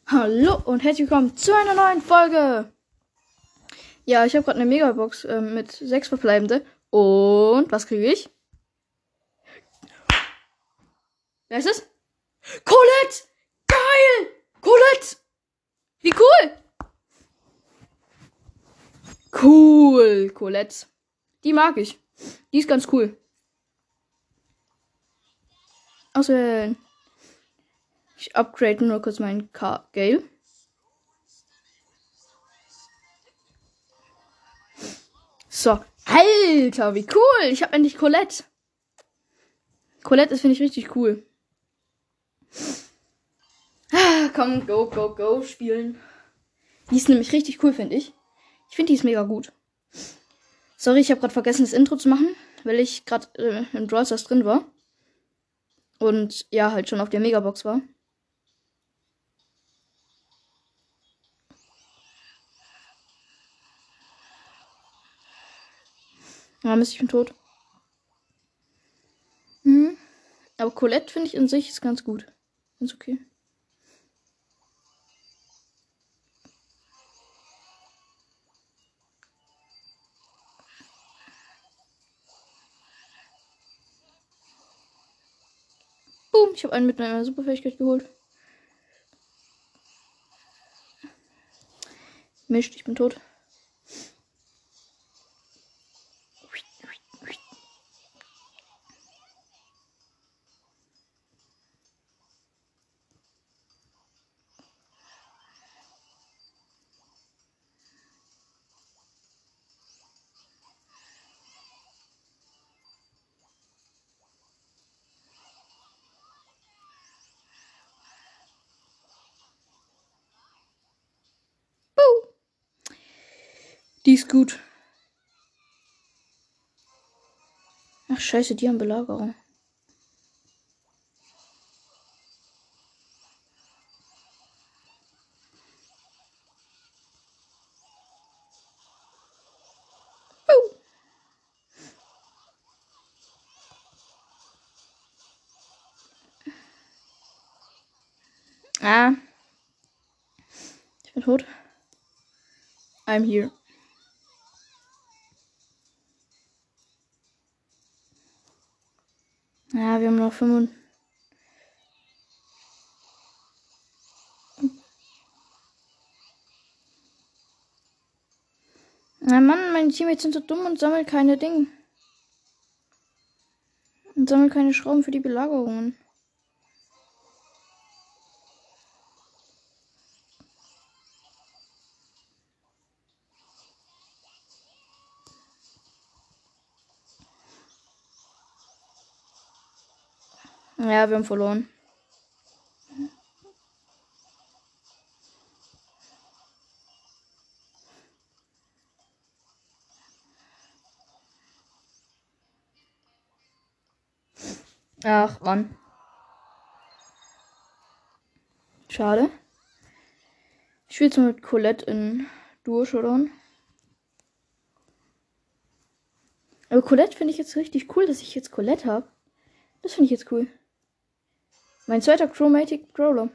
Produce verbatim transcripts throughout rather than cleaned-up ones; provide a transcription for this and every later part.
Hallo und herzlich willkommen zu einer neuen Folge. Ja, ich habe gerade eine Megabox äh, mit sechs verbleibende. Und was kriege ich? Wer ist es? Colette! Geil! Colette! Wie cool! Cool, Colette. Die mag ich. Die ist ganz cool. Auswählen. Ich upgrade nur kurz meinen K. Gale. So. Alter, wie cool! Ich habe endlich Colette. Colette ist, finde ich, richtig cool. Ah, komm, go, go, go spielen. Die ist nämlich richtig cool, finde ich. Ich finde, die ist mega gut. Sorry, ich habe gerade vergessen, das Intro zu machen, weil ich gerade äh, im Brawl Stars drin war. Und ja, halt schon auf der Megabox war. Ja, Mist, ich bin tot. Mhm. Aber Colette finde ich in sich ist ganz gut. Ist okay. Boom, ich habe einen mit meiner Superfähigkeit geholt. Mist, ich bin tot. Boom. Die ist gut. Ach scheiße, die haben Belagerung. Boom. Ah. Ich bin tot. I'm here. Ja, wir haben noch fünf. Na Mann, meine Teammates sind so dumm und sammeln keine Dinge. Und sammeln keine Schrauben für die Belagerungen. Ja, wir haben verloren. Ach, Mann. Schade. Ich spiele jetzt mal mit Colette in Duo Showdown. Aber Colette finde ich jetzt richtig cool, dass ich jetzt Colette habe. Das finde ich jetzt cool. Mein zweiter Chromatic Brawler.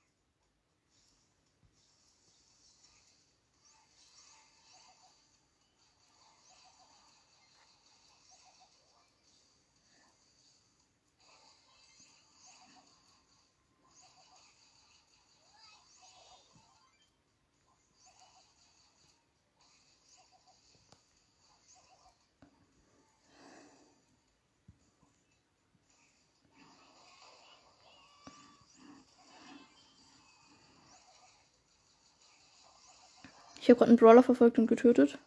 Ich habe gerade einen Brawler verfolgt und getötet.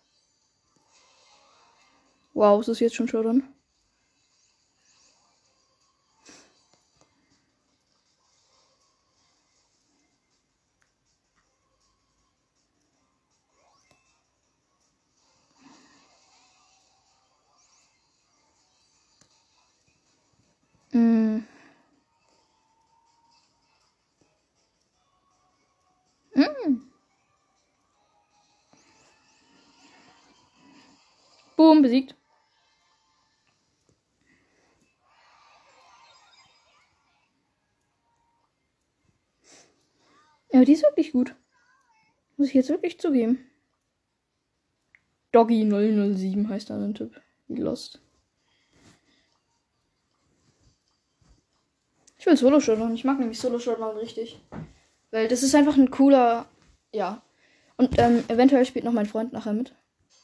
Wow, ist das jetzt schon Showdown? Mm. Mm. Boom, besiegt. Ja, die ist wirklich gut. Muss ich jetzt wirklich zugeben. Doggy null null sieben heißt da ein Typ. Wie Lost. Ich will Solo Showdown. Ich mag nämlich Solo Showdown richtig. Weil das ist einfach ein cooler. Ja. Und ähm, eventuell spielt noch mein Freund nachher mit.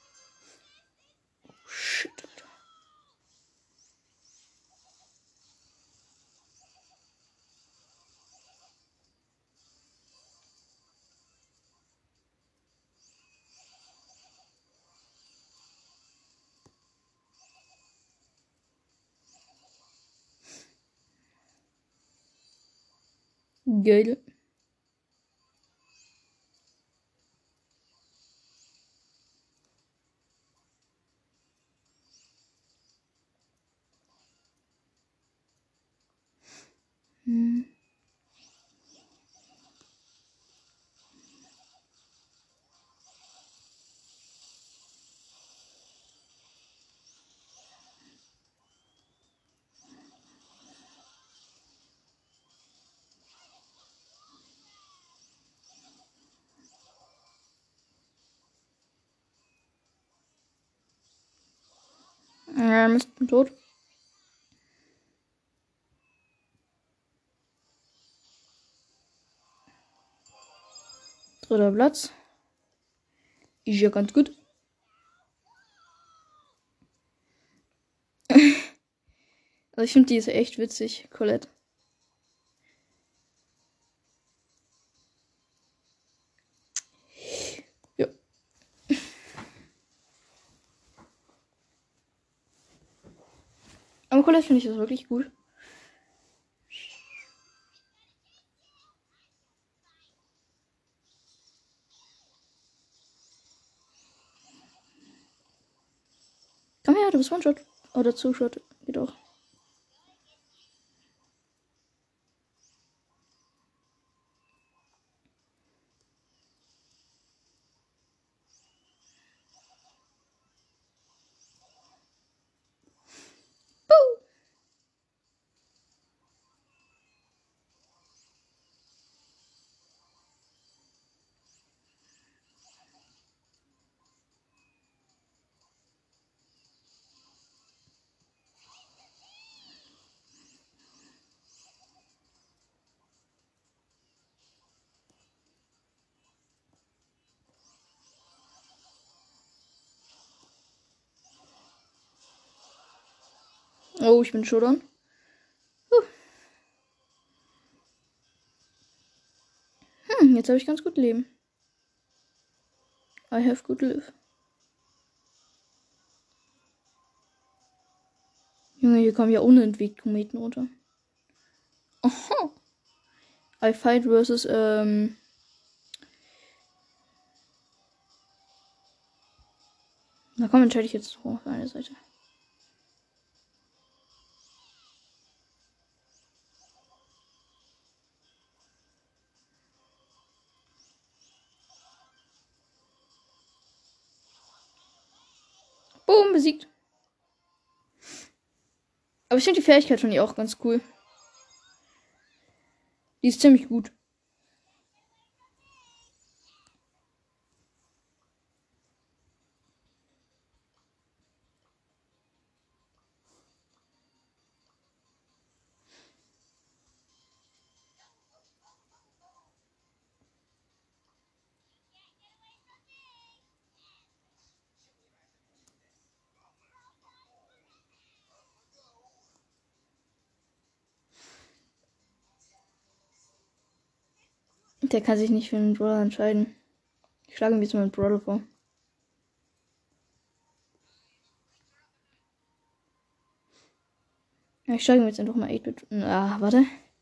Shit. Geil. Hm. Ja, Mist, bin tot. Dritter Platz. Ist ja ganz gut. Also ich finde die ist echt witzig, Colette. Ja. Aber Colette finde ich das wirklich gut. Komm her, du bist One-Shot. Oder Two-Shot. Geht auch. Oh, ich bin Showdown. Huh. Hm, jetzt habe ich ganz gut Leben. I have good live. Junge, hier kommen ja unentwegt Kometen runter. Aha. I fight versus, ähm. Na komm, entscheide ich jetzt auf eine Seite. Boom, besiegt. Aber ich finde die Fähigkeit von ihr auch ganz cool. Die ist ziemlich gut. Der kann sich nicht für einen Brawler entscheiden. Ich schlage ihm jetzt mal einen Brawler vor. Ja, ich schlage ihm jetzt einfach mal acht-Bit. Ah, warte.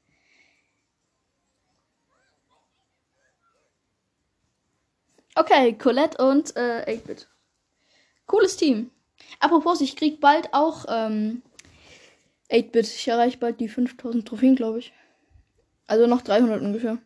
Okay, Colette und äh, acht-Bit. Cooles Team. Apropos, ich krieg bald auch ähm, acht-Bit. Ich erreiche bald die fünftausend Trophäen, glaube ich. Also noch dreihundert ungefähr.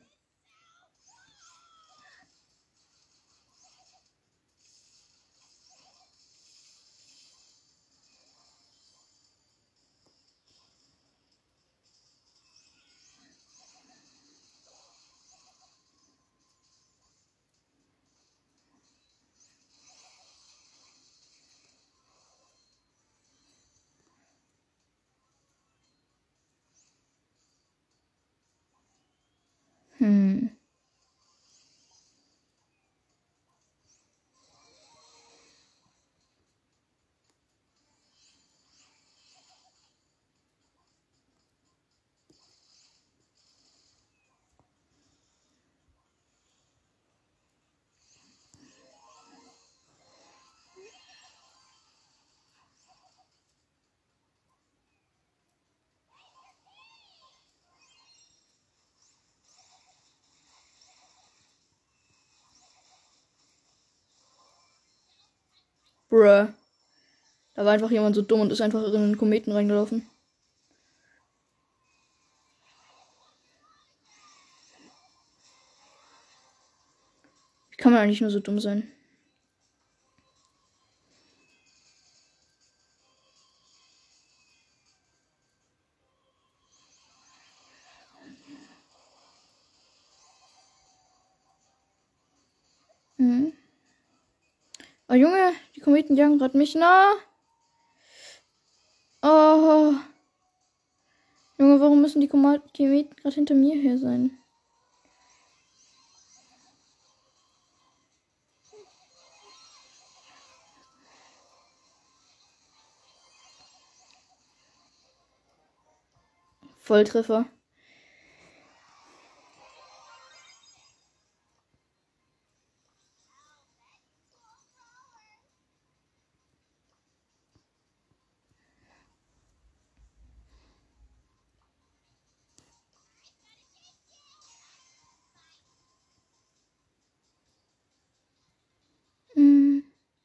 Bruh. Da war einfach jemand so dumm und ist einfach in den Kometen reingelaufen. Wie kann man eigentlich nur so dumm sein? Mhm. Oh Junge, die Kometen jagen gerade mich nah. Oh. Junge, warum müssen die Kometen gerade hinter mir her sein? Volltreffer. Mhm.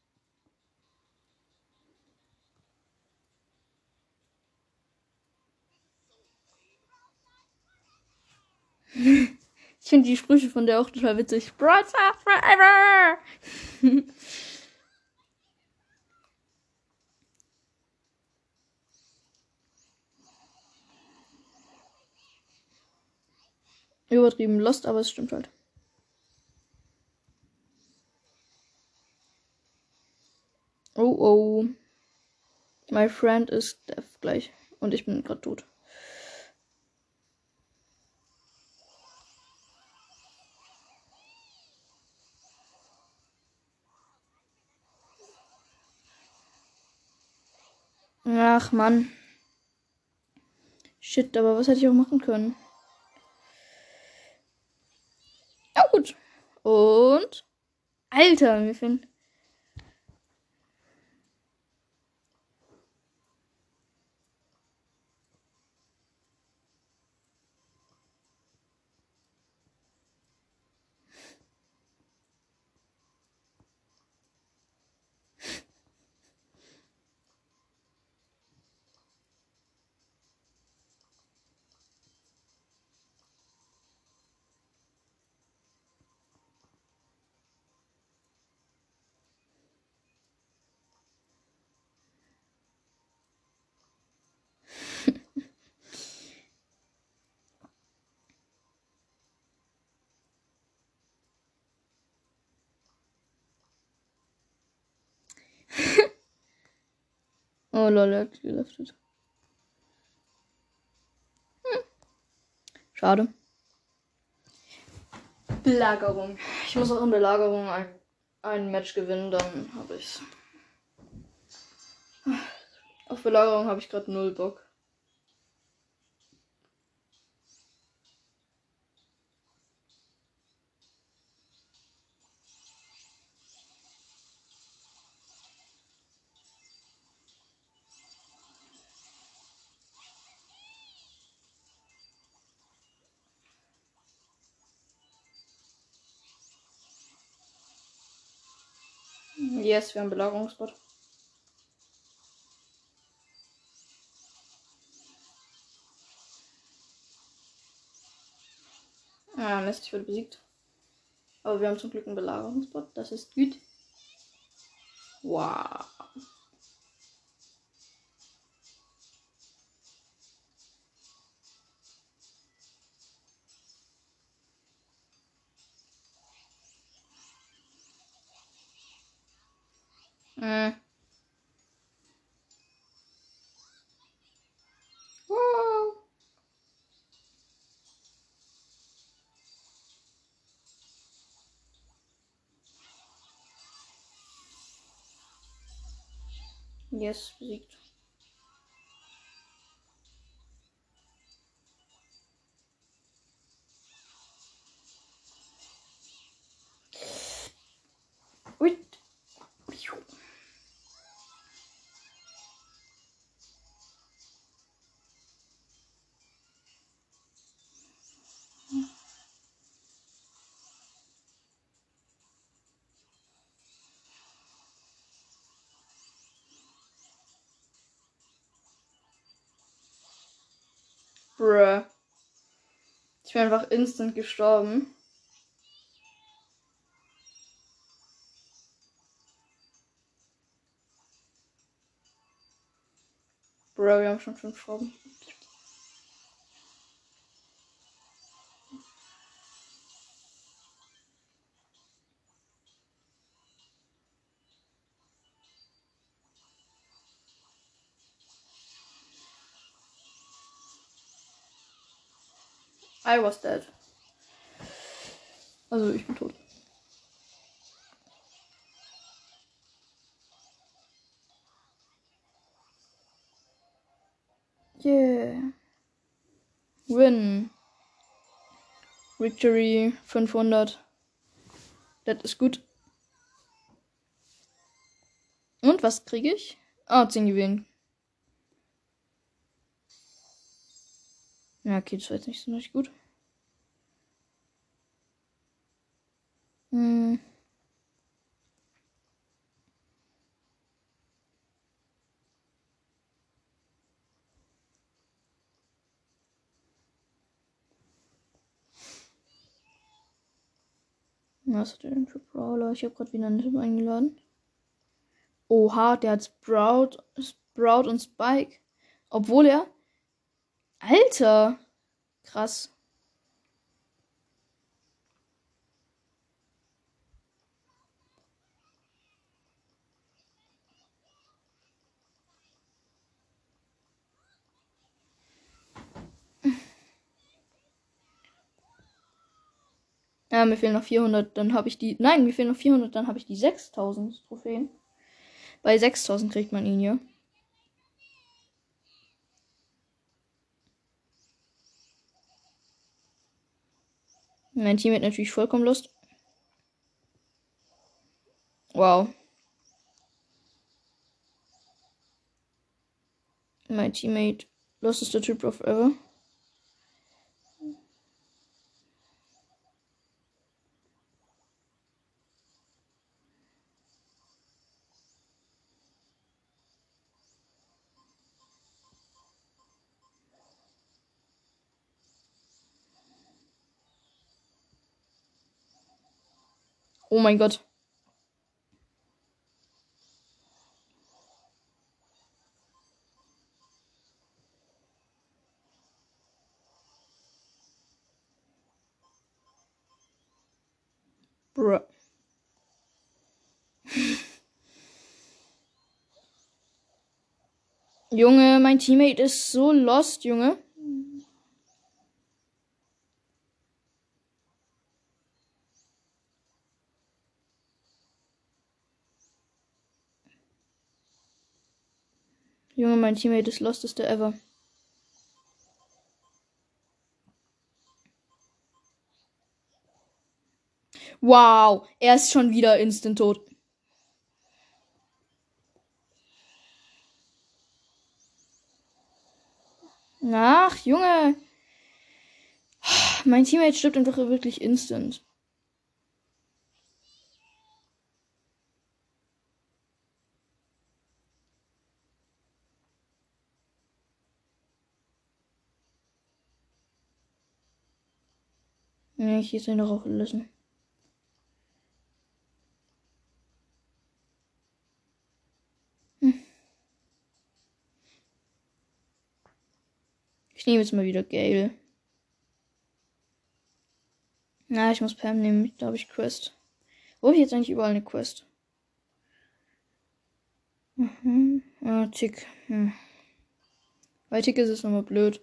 Ich finde die Sprüche von der auch total witzig. Brawl Stars forever! Übertrieben lost, aber es stimmt halt. Oh oh. My friend is deaf gleich. Und ich bin gerade tot. Ach Mann. Shit, aber was hätte ich auch machen können? Ja gut. Und. Alter, mir fehlen. Oh lol, er hat gelüftet. Hm. Schade. Belagerung. Ich muss auch in Belagerung ein, ein Match gewinnen, dann habe ich's. Auf Belagerung habe ich gerade null Bock. Yes, wir haben Belagerungsbot. Ah, Mist, ich wurde besiegt. Aber wir haben zum Glück einen Belagerungsbot. Das ist gut. Wow. Hm. Wow. Yes, besiegt. Ui. Bruh. Ich bin einfach instant gestorben. Bro, wir haben schon fünf Schrauben. I was dead. Also, ich bin tot. Yeah. Win. Victory fünfhundert. Das ist gut. Und was kriege ich? Ah, zehn Juwelen. Ja, okay, das war jetzt nicht so richtig gut. Hm. Was hat der denn für Brawler? Ich habe gerade wieder einen Typ eingeladen. Oha, der hat Sprout, Sprout und Spike. Obwohl er... Alter! Krass. Ja, mir fehlen noch vierhundert, dann habe ich die... Nein, mir fehlen noch vierhundert, dann habe ich die sechstausend Trophäen. Bei sechstausend kriegt man ihn hier. Mein Team hat natürlich vollkommen Lust. Wow. Mein Teammate lostester Typ of ever. Oh mein Gott. Bruh. Junge, mein Teammate ist so lost, Junge. Junge, mein Teammate ist losteste ever. Wow, er ist schon wieder instant tot. Ach, Junge. Mein Teammate stirbt einfach wirklich instant. Nee, ich jetzt noch auf lösen. Hm. Ich nehme jetzt mal wieder Gale. Na, ich muss Pam nehmen. Da habe ich Quest. Wo habe ich jetzt eigentlich überall eine Quest? Mhm. Ah, Tick. Hm. Bei Tick ist es nochmal blöd.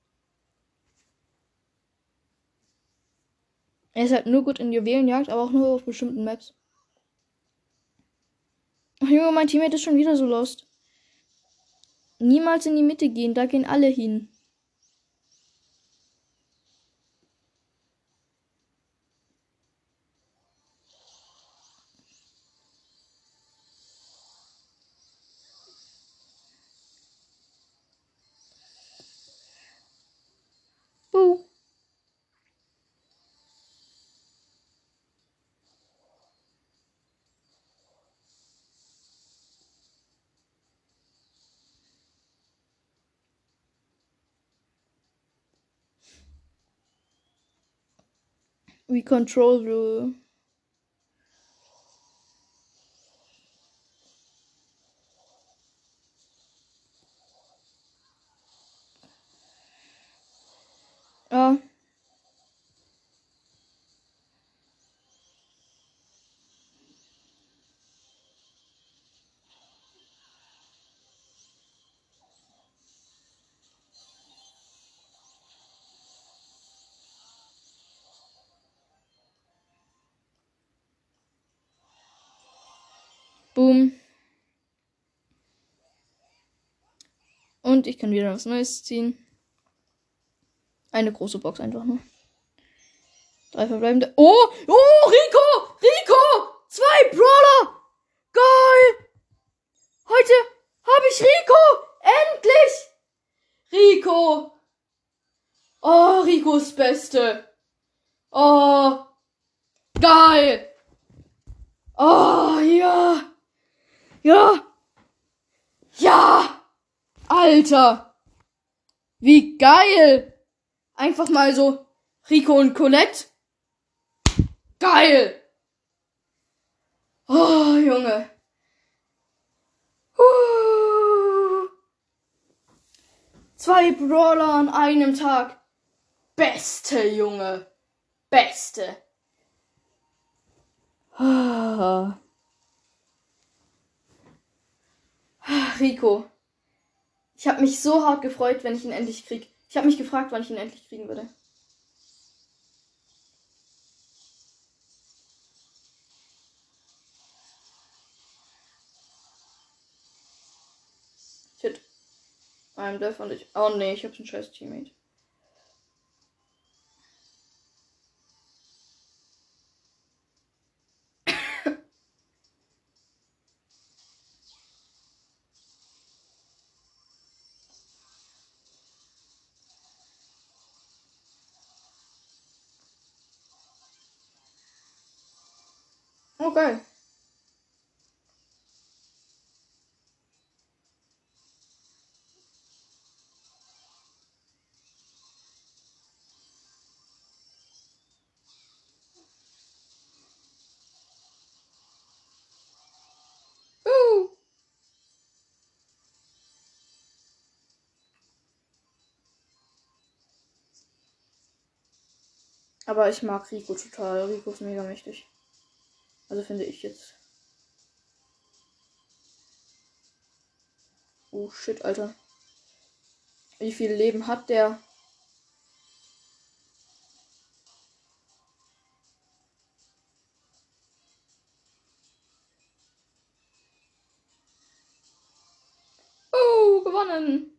Er ist halt nur gut in Juwelenjagd, aber auch nur auf bestimmten Maps. Ach Junge, mein Teammate ist schon wieder so lost. Niemals in die Mitte gehen, da gehen alle hin. Buh. We control the... Ja. Boom. Und ich kann wieder was Neues ziehen. Eine große Box einfach nur. Drei verbleibende. Oh! Oh! Rico! Rico! Zwei Brawler! Geil! Heute habe ich Rico! Endlich! Rico! Oh, Ricos Beste! Oh! Geil! Oh, ja! Ja! Ja! Alter! Wie geil! Einfach mal so Rico und Colette. Geil! Oh, Junge. Uh. Zwei Brawler an einem Tag. Beste, Junge. Beste. Ah. Rico. Ich habe mich so hart gefreut, wenn ich ihn endlich krieg. Ich habe mich gefragt, wann ich ihn endlich kriegen würde. Shit. I'm deaf und ich... Oh nee, ich hab einen scheiß Teammate. Okay. Uh. Aber ich mag Rico total. Rico ist mega mächtig. Also finde ich jetzt. Oh shit, Alter. Wie viel Leben hat der? Oh, gewonnen.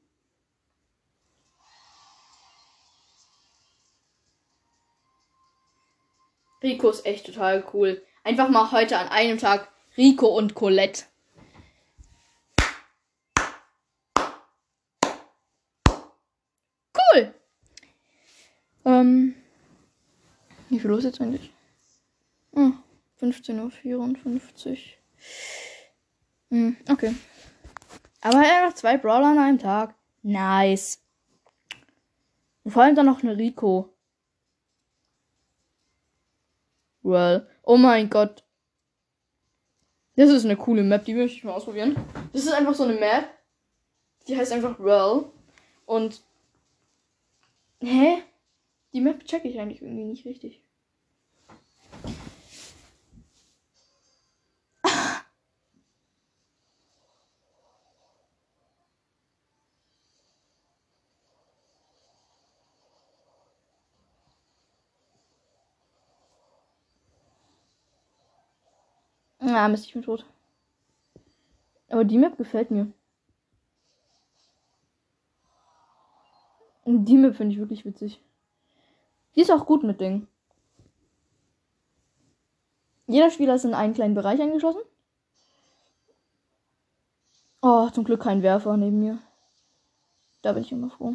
Rico ist echt total cool. Einfach mal heute an einem Tag Rico und Colette. Cool. Ähm. Wie viel los jetzt eigentlich? Oh, fünfzehn Uhr vierundfünfzig. Hm, okay. Aber einfach zwei Brawler an einem Tag. Nice. Und vor allem dann noch eine Rico. Well. Oh mein Gott. Das ist eine coole Map, die möchte ich mal ausprobieren. Das ist einfach so eine Map. Die heißt einfach Well. Und. Hä? Die Map checke ich eigentlich irgendwie nicht richtig. Ah, Mist, ich bin tot. Aber die Map gefällt mir. Und die Map finde ich wirklich witzig. Die ist auch gut mit Ding. Jeder Spieler ist in einen kleinen Bereich eingeschlossen. Oh, zum Glück kein Werfer neben mir. Da bin ich immer froh.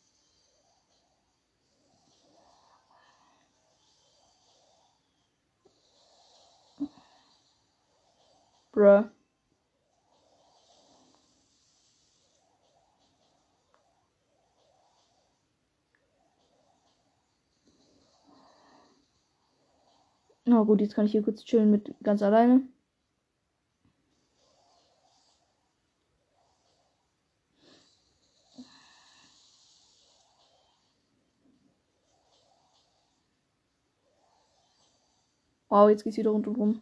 Bruh. Oh gut, jetzt kann ich hier kurz chillen mit ganz alleine. Wow, jetzt geht's wieder rund und rum.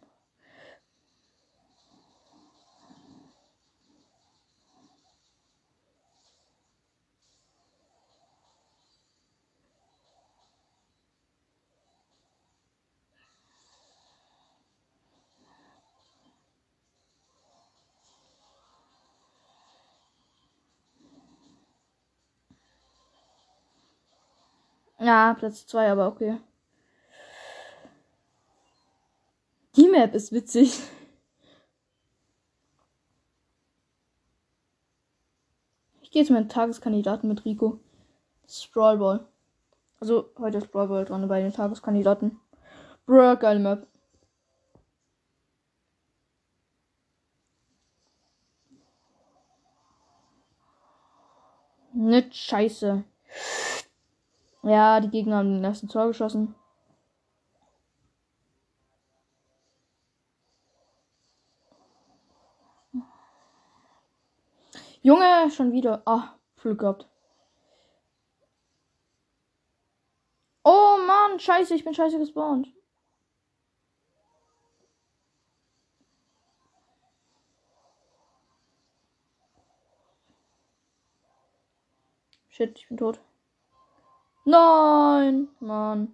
Ja, Platz zwei, aber okay. Die Map ist witzig. Ich gehe jetzt mit Tageskandidaten mit Rico. Das ist Brawl Ball. Also, heute ist Brawl Ball dran bei den Tageskandidaten. Bruh, geile Map. Nicht scheiße. Ja, die Gegner haben den ersten Tor geschossen. Junge, schon wieder. Ah, Glück gehabt. Oh Mann, scheiße, ich bin scheiße gespawnt. Shit, ich bin tot. Nein, Mann.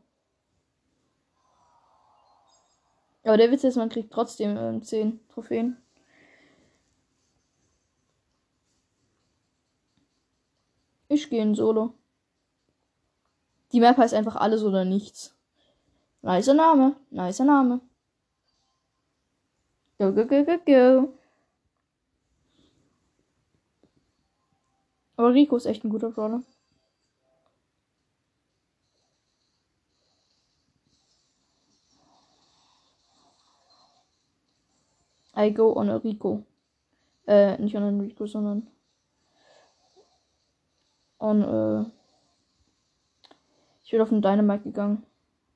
Aber der Witz ist, man kriegt trotzdem ähm, zehn Trophäen. Ich gehe in Solo. Die Map heißt einfach alles oder nichts. Nicer Name, nicer Name. Go, go, go, go, go. Aber Rico ist echt ein guter Brawler. I go on a Rico. Äh, nicht on a Rico, sondern on, äh, ich bin auf den Dynamite gegangen.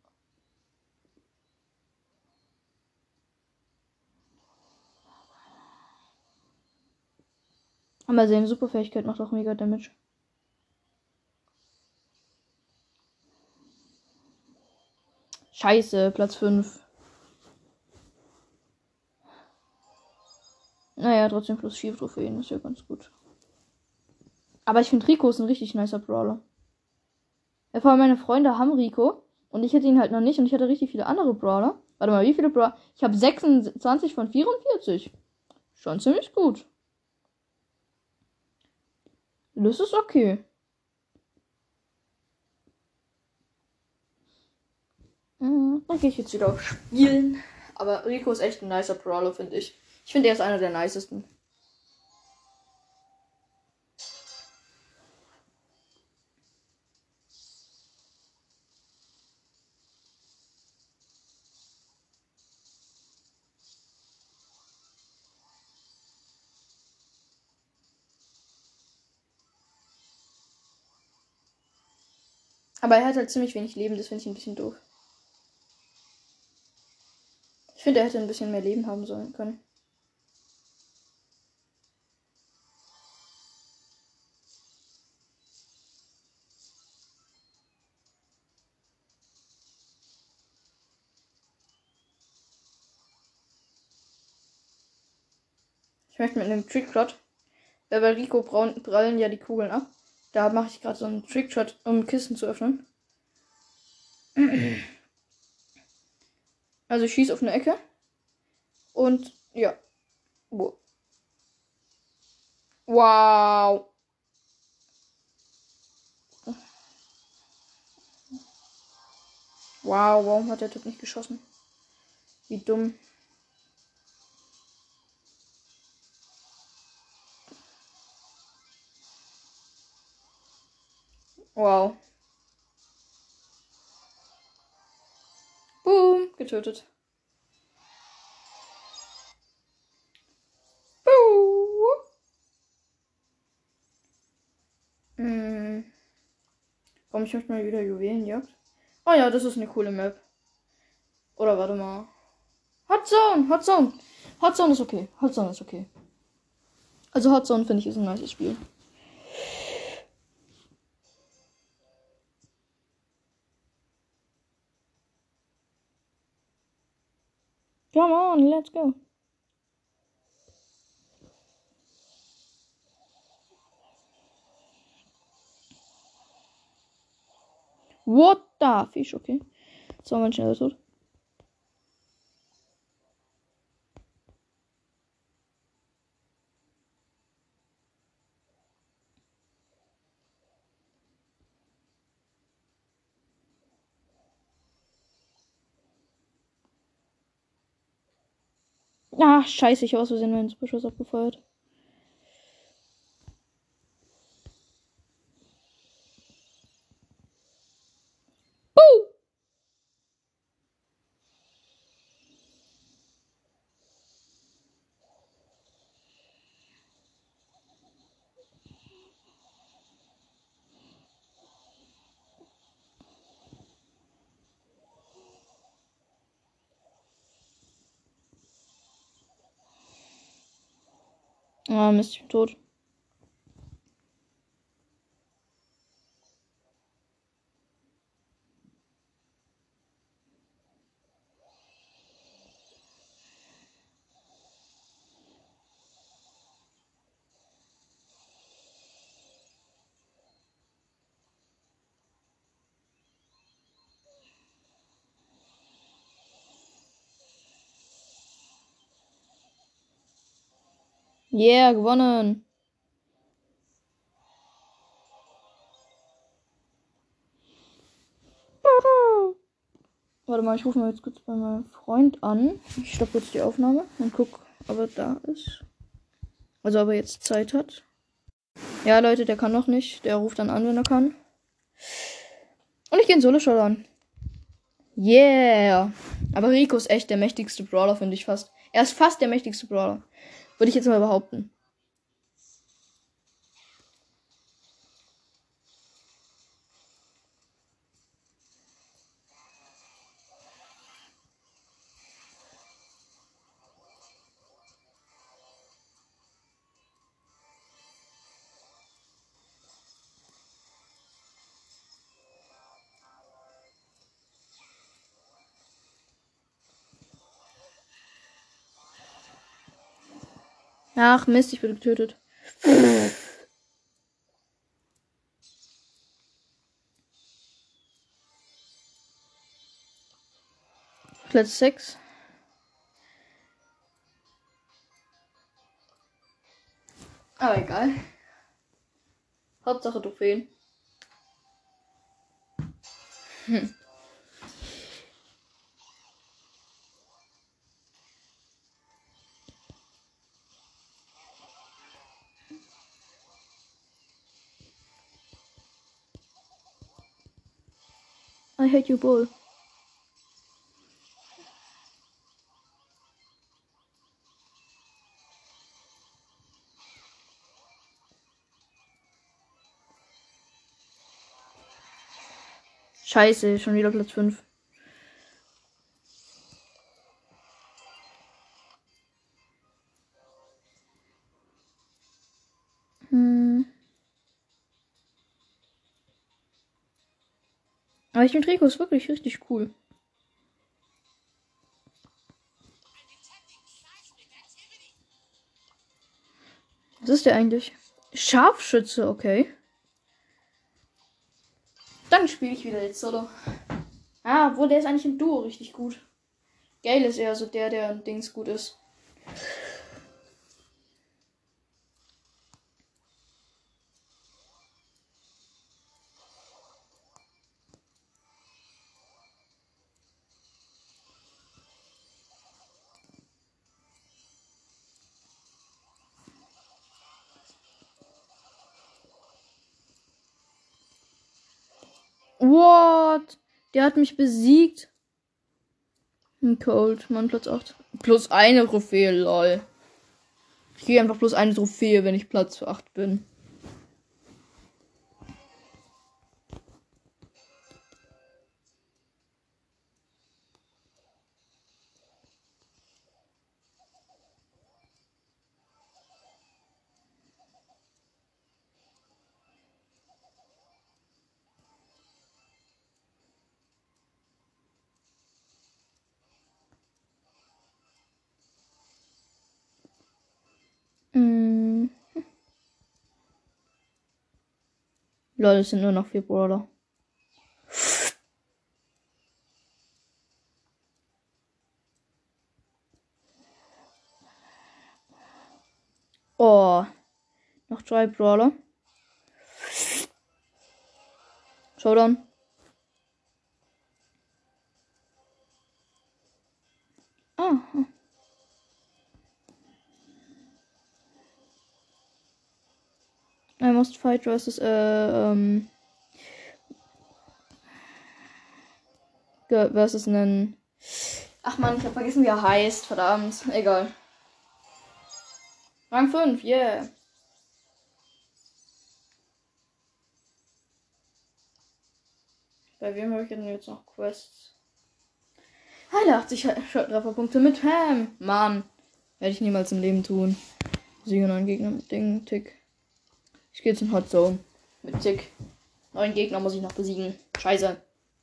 Aber seine Superfähigkeit macht auch mega Damage. Scheiße, Platz fünf. Naja, trotzdem plus vier Trophäen, ist ja ganz gut. Aber ich finde Rico ist ein richtig nicer Brawler. Ja, vor allem meine Freunde haben Rico und ich hätte ihn halt noch nicht und ich hatte richtig viele andere Brawler. Warte mal, wie viele Brawler? Ich habe sechsundzwanzig von vierundvierzig. Schon ziemlich gut. Das ist okay. Mhm, dann gehe ich jetzt wieder auf Spielen. Aber Rico ist echt ein nicer Brawler, finde ich. Ich finde, er ist einer der nicesten. Aber er hat halt ziemlich wenig Leben, das finde ich ein bisschen doof. Ich finde, er hätte ein bisschen mehr Leben haben sollen können. Ich möchte mit einem Trickshot, weil bei Rico braun, prallen ja die Kugeln ab. Da mache ich gerade so einen Trickshot, um Kisten zu öffnen. Also ich schieße auf eine Ecke. Und ja. Wow. Wow, warum hat der Typ nicht geschossen? Wie dumm. Wow. Boom, getötet. Boom. Hm. Komm, ich möchte mal wieder Juwelenjagd. Oh ja, das ist eine coole Map. Oder warte mal. Hot Zone, Hot Zone. Hot Zone ist okay. Hot Zone ist okay. Also Hot Zone finde ich ist ein nices Spiel. Come on, let's go. What the fish, okay. So, mein schneller Tod. Ah, scheiße, ich habe aus Versehen meinen Superschuss abgefeuert. Buh! Ah, Mist, ich bin tot. Yeah, gewonnen. Warte mal, ich rufe mal jetzt kurz bei meinem Freund an. Ich stoppe jetzt die Aufnahme und guck, ob er da ist. Also, ob er jetzt Zeit hat. Ja, Leute, der kann noch nicht. Der ruft dann an, wenn er kann. Und ich gehe in Solo-Showdown. Yeah. Aber Rico ist echt der mächtigste Brawler, finde ich fast. Er ist fast der mächtigste Brawler. Würde ich jetzt mal behaupten. Ach Mist, ich wurde getötet. Platz sechs. Aber egal. Hauptsache Trophäen. Hm. I hate you, Bull. Scheiße, schon wieder Platz fünf. Hm. Aber ich finde Rico ist wirklich richtig cool. Was ist der eigentlich? Scharfschütze, okay. Dann spiele ich wieder jetzt Solo. Ah, obwohl der ist eigentlich im Duo richtig gut. Gale ist eher so der, der in Dings gut ist. What? Der hat mich besiegt. Ein Cold, Mann, Platz acht. Plus eine Trophäe, lol. Ich gehe einfach plus eine Trophäe, wenn ich Platz acht bin. Leute, es sind nur noch vier Brawler. Oh. Noch drei Brawler. Showdown. Ah. I must fight versus, äh, ähm. versus einen. Ach man, ich hab vergessen, wie er heißt. Verdammt. Egal. Rang fünf, yeah. Bei wem habe ich denn jetzt noch Quests? Heile achtzig Trefferpunkte mit Ham. Mann. Werde ich niemals im Leben tun. Siege neuen Gegner mit Ding, Tick. Ich gehe jetzt in Hot Zone. Mit Tick. Neuen Gegner muss ich noch besiegen. Scheiße.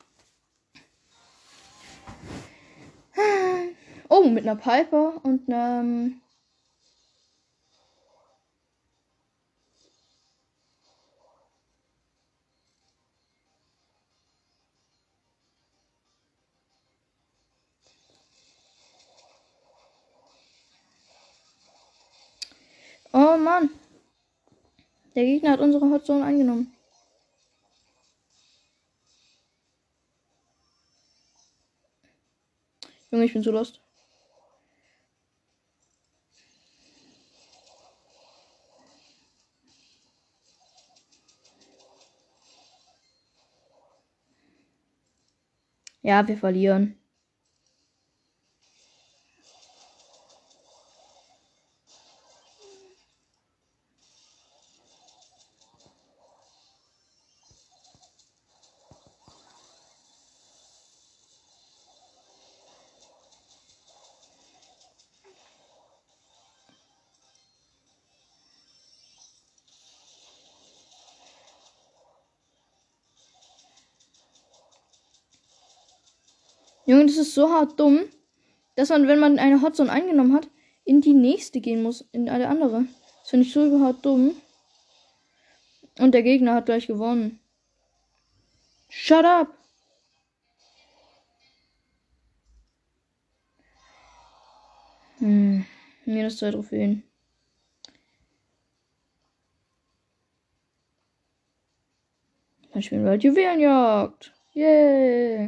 Oh, mit einer Piper und einem. Oh Mann. Der Gegner hat unsere Hot Zone eingenommen. Junge, ich bin so lost. Ja, wir verlieren. Junge, das ist so hart dumm, dass man, wenn man eine Hotzone eingenommen hat, in die nächste gehen muss, in eine andere. Das finde ich so hart dumm. Und der Gegner hat gleich gewonnen. Shut up! Hm, minus zwei Trophäen. Dann spielen wir halt Juwelenjagd. Yay!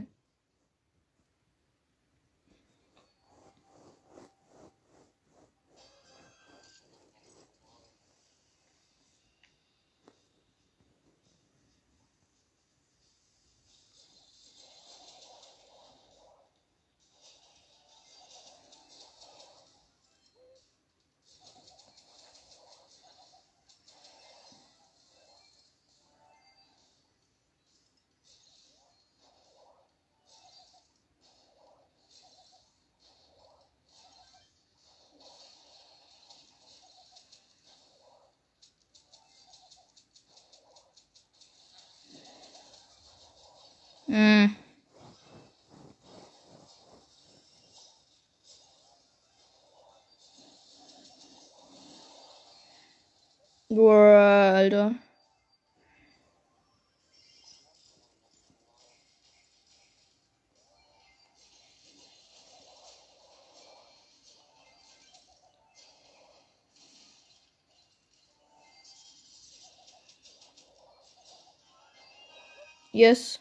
Hm. Boah, Alter. Yes.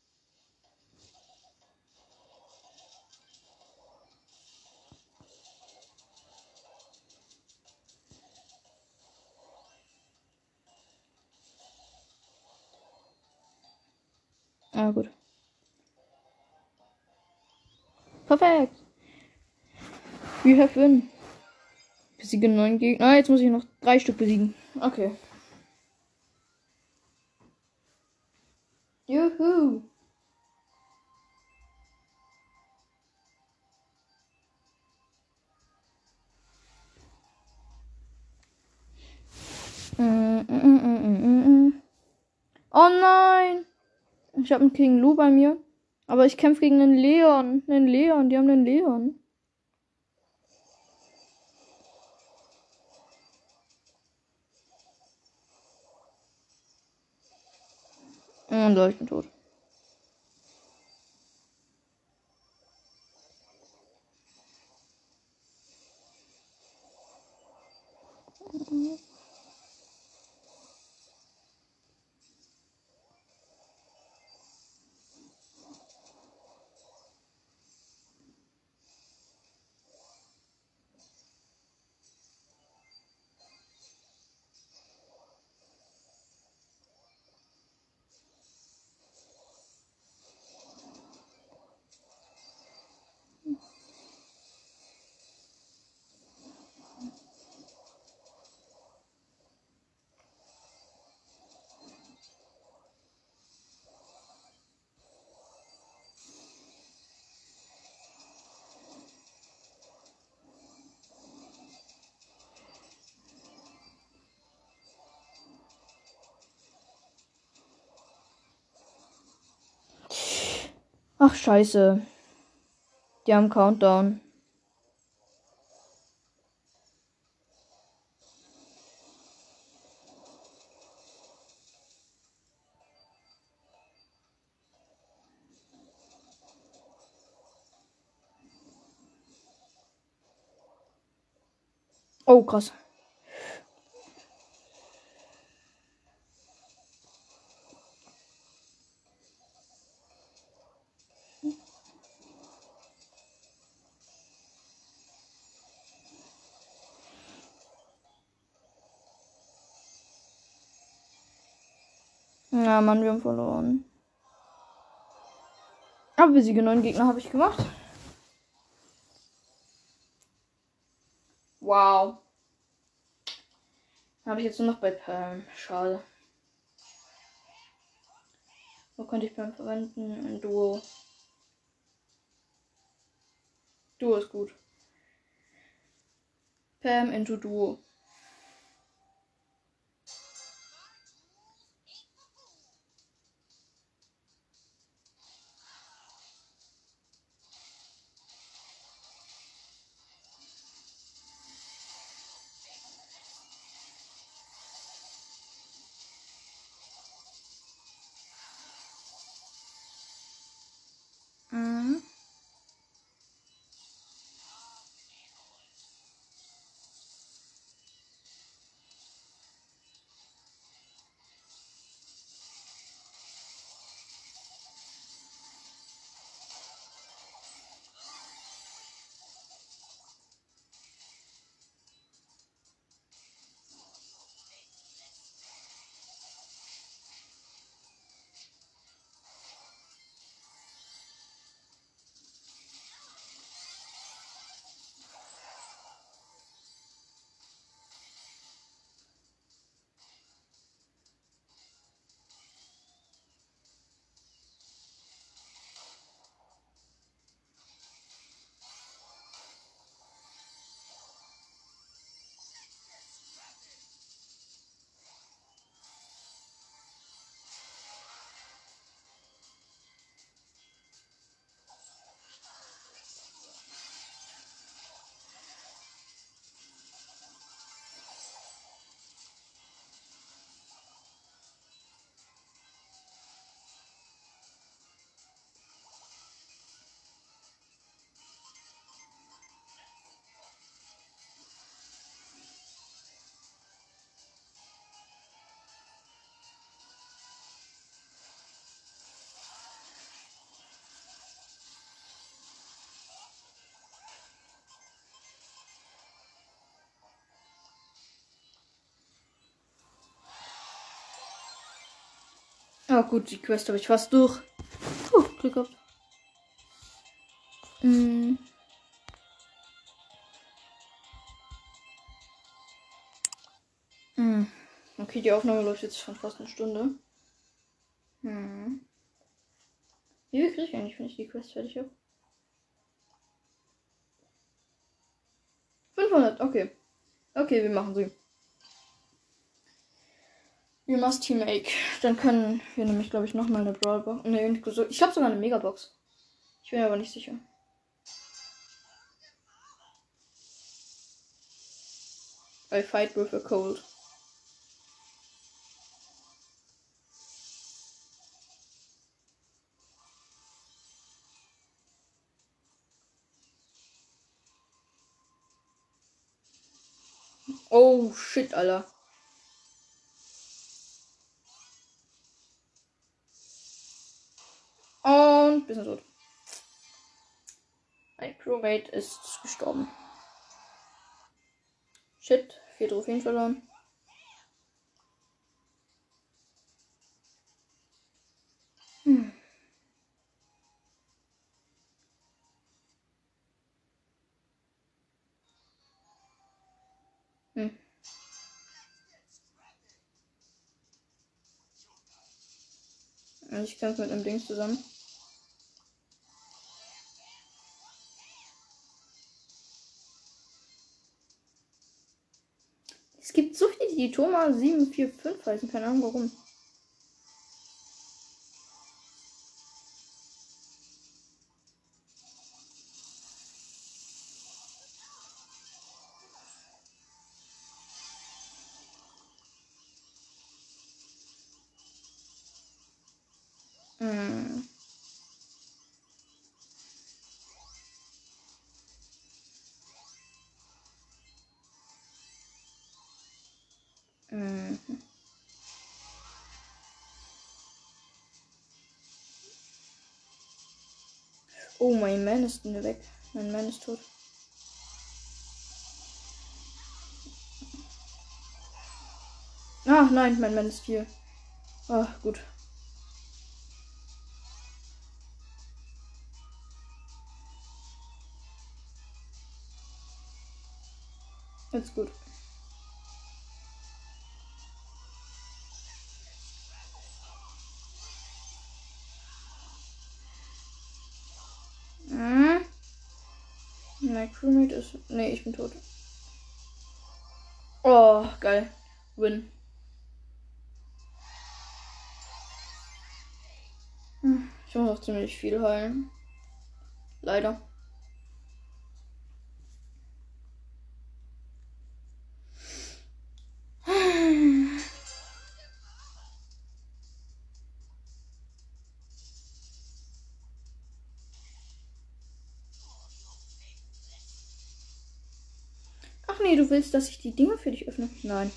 Ah, gut. Perfekt. We have win. Besiegen neun Gegner. Ah, jetzt muss ich noch drei Stück besiegen. Okay. Juhu. Mm, mm, mm, mm, mm, mm. Oh nein. Ich habe einen King Lu bei mir. Aber ich kämpfe gegen einen Leon. Einen Leon. Die haben einen Leon. Und ich bin tot. Ach, scheiße. Die haben Countdown. Oh, krass. Ja, Mann, wir haben verloren. Aber besiege neun Gegner habe ich gemacht. Wow. Habe ich jetzt nur noch bei Perm. Schade. Wo könnte ich Perm verwenden? Ein Duo. Duo ist gut. Pam into Duo. Mhm. Ah, gut, die Quest habe ich fast durch. Oh, Glück gehabt. Mm. Mm. Okay, die Aufnahme läuft jetzt schon fast eine Stunde. Hm. Wie viel kriege ich eigentlich, wenn ich die Quest fertig habe? fünfhundert, okay. Okay, wir machen sie. We must Team Make. Dann können wir nämlich, glaube ich, nochmal eine Brawlbox. Ne, ich glaube sogar eine Megabox. Ich bin aber nicht sicher. I fight with a cold. Oh, shit, Alter. Und bisschen tot. Mein Crewmate ist gestorben. Shit, vier Trophäen verloren. Hm. Hm. Und ich kämpfe mit einem Ding zusammen. Es gibt so viele, die Thomas sieben vier fünf heißen. Keine Ahnung warum. Hm. Hm. Oh, mein Mann ist weg. Mein Mann ist tot. Ach nein, mein Mann ist hier. Ach, gut. Jetzt gut. Hm. Mein Crewmate ist. Nee, ich bin tot. Oh, geil. Win. Hm. Ich muss auch ziemlich viel heilen. Leider. Ach nee, du willst, dass ich die Dinge für dich öffne? Nein.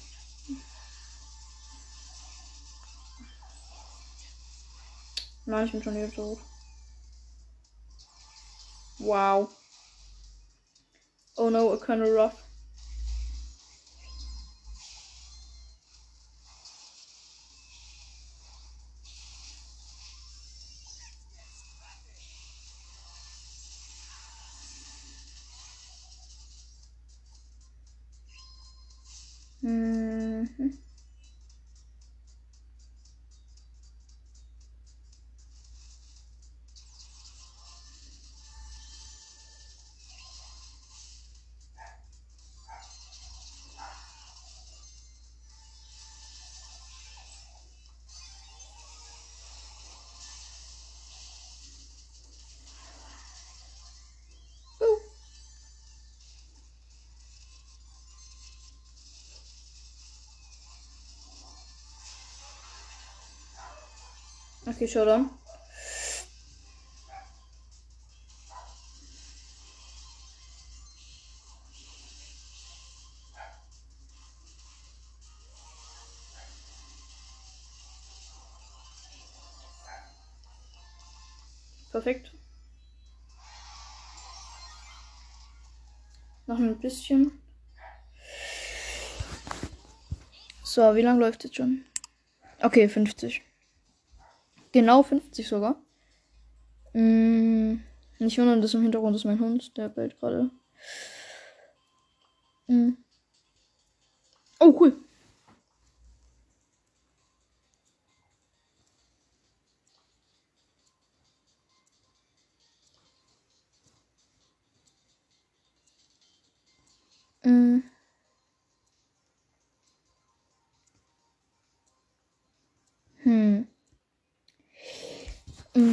Nein, ich bin schon wieder tot. Wow. Oh no, a Colonel Ruff. Mhm. Uh. Okay, schau dann. Perfekt. Noch ein bisschen. So, wie lange läuft jetzt schon? Okay, fünfzig. Genau fünfzig sogar. Mm, nicht wundern, das im Hintergrund ist mein Hund. Der bellt gerade. Mm. Oh, cool. Mm. Hm. Mm.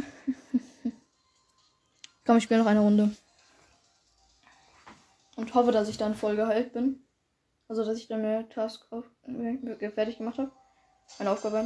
Komm, ich spiele noch eine Runde. Und hoffe, dass ich dann voll geheilt bin. Also, dass ich dann eine Task auf, äh, fertig gemacht habe. Eine Aufgabe.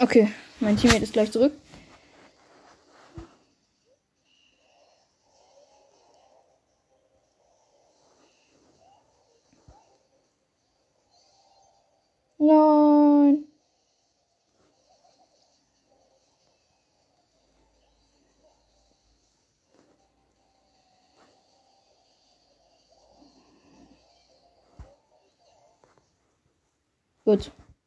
Okay, mein Teammate ist gleich zurück. Nein. Gut.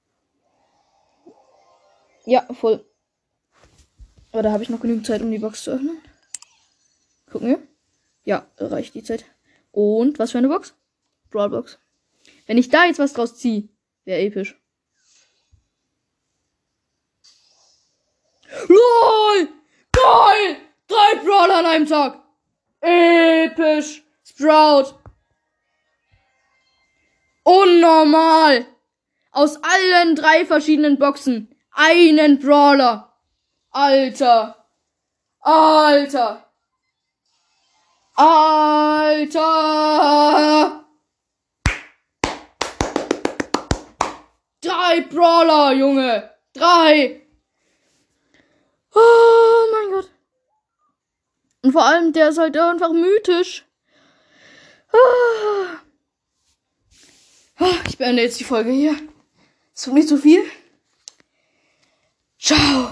Ja, voll. Aber da habe ich noch genügend Zeit, um die Box zu öffnen. Gucken wir. Ja, reicht die Zeit. Und was für eine Box? Brawlbox. Wenn ich da jetzt was draus ziehe, wäre episch. LOL! Geil! Drei Brawler an einem Tag! Episch! Sprout! Unnormal! Aus allen drei verschiedenen Boxen einen Brawler! Alter! Alter! Alter! Drei Brawler, Junge! Drei! Oh mein Gott. Und vor allem, der ist halt einfach mythisch. Ich beende jetzt die Folge hier. Es tut nicht so viel. Ciao.